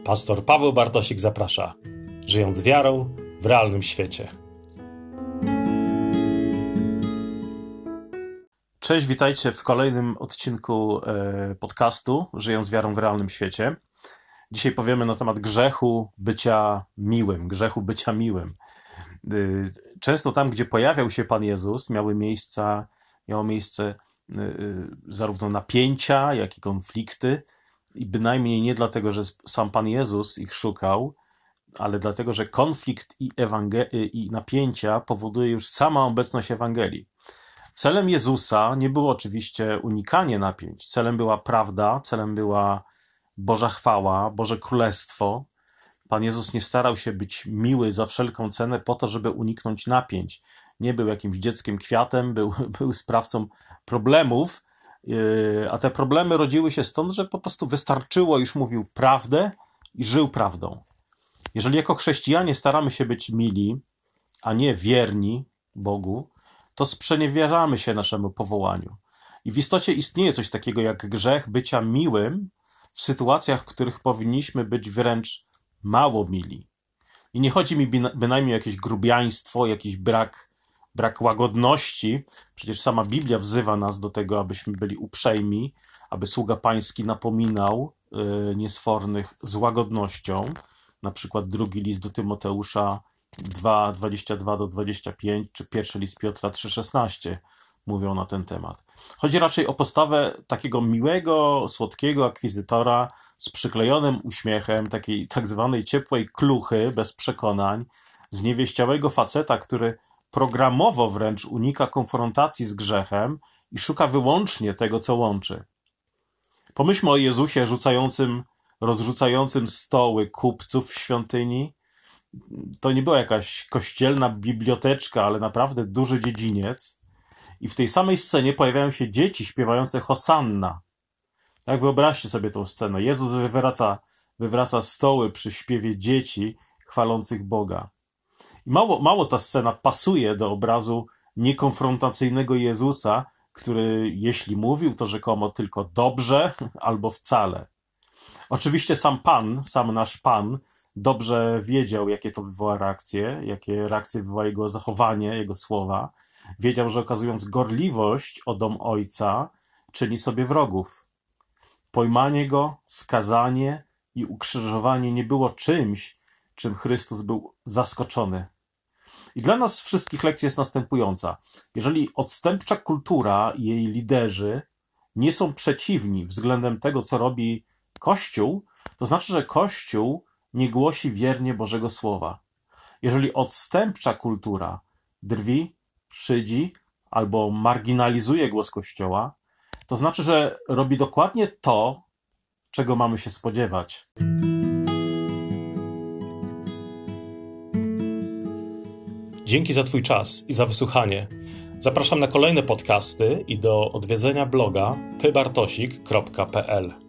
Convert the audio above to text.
Pastor Paweł Bartosik zaprasza, żyjąc wiarą w realnym świecie. Cześć, witajcie w kolejnym odcinku podcastu Żyjąc wiarą w realnym świecie. Dzisiaj powiemy na temat grzechu bycia miłym. Często tam, gdzie pojawiał się Pan Jezus, miało miejsce zarówno napięcia, jak i konflikty. I bynajmniej nie dlatego, że sam Pan Jezus ich szukał, ale dlatego, że konflikt i napięcia powoduje już sama obecność Ewangelii. Celem Jezusa nie było oczywiście unikanie napięć. Celem była prawda, celem była Boża chwała, Boże Królestwo. Pan Jezus nie starał się być miły za wszelką cenę po to, żeby uniknąć napięć. Nie był jakimś dzieckiem kwiatem, był sprawcą problemów, a te problemy rodziły się stąd, że po prostu wystarczyło, iż mówił prawdę i żył prawdą. Jeżeli jako chrześcijanie staramy się być mili, a nie wierni Bogu, to sprzeniewierzamy się naszemu powołaniu. I w istocie istnieje coś takiego jak grzech bycia miłym w sytuacjach, w których powinniśmy być wręcz mało mili. I nie chodzi mi bynajmniej o jakieś grubiaństwo, jakiś brak łagodności. Przecież sama Biblia wzywa nas do tego, abyśmy byli uprzejmi, aby sługa pański napominał niesfornych z łagodnością. Na przykład drugi list do Tymoteusza 2, 22-25, czy pierwszy list Piotra 3,16 mówią na ten temat. Chodzi raczej o postawę takiego miłego, słodkiego akwizytora z przyklejonym uśmiechem, takiej tak zwanej ciepłej kluchy, bez przekonań, zniewieściałego faceta, który programowo wręcz unika konfrontacji z grzechem i szuka wyłącznie tego, co łączy. Pomyślmy o Jezusie rozrzucającym stoły kupców w świątyni. To nie była jakaś kościelna biblioteczka, ale naprawdę duży dziedziniec. I w tej samej scenie pojawiają się dzieci śpiewające Hosanna. Tak, wyobraźcie sobie tą scenę. Jezus wywraca stoły przy śpiewie dzieci chwalących Boga. I mało ta scena pasuje do obrazu niekonfrontacyjnego Jezusa, który jeśli mówił, to rzekomo tylko dobrze albo wcale. Oczywiście sam nasz Pan dobrze wiedział, jakie to wywoła reakcje, jakie reakcje wywoła jego zachowanie, jego słowa. Wiedział, że okazując gorliwość o dom Ojca, czyni sobie wrogów. Pojmanie Go, skazanie i ukrzyżowanie nie było czymś, czym Chrystus był zaskoczony. I dla nas wszystkich lekcja jest następująca. Jeżeli odstępcza kultura i jej liderzy nie są przeciwni względem tego, co robi Kościół, to znaczy, że Kościół nie głosi wiernie Bożego Słowa. Jeżeli odstępcza kultura drwi, szydzi albo marginalizuje głos Kościoła, to znaczy, że robi dokładnie to, czego mamy się spodziewać. Dzięki za Twój czas i za wysłuchanie. Zapraszam na kolejne podcasty i do odwiedzenia bloga pybartosik.pl.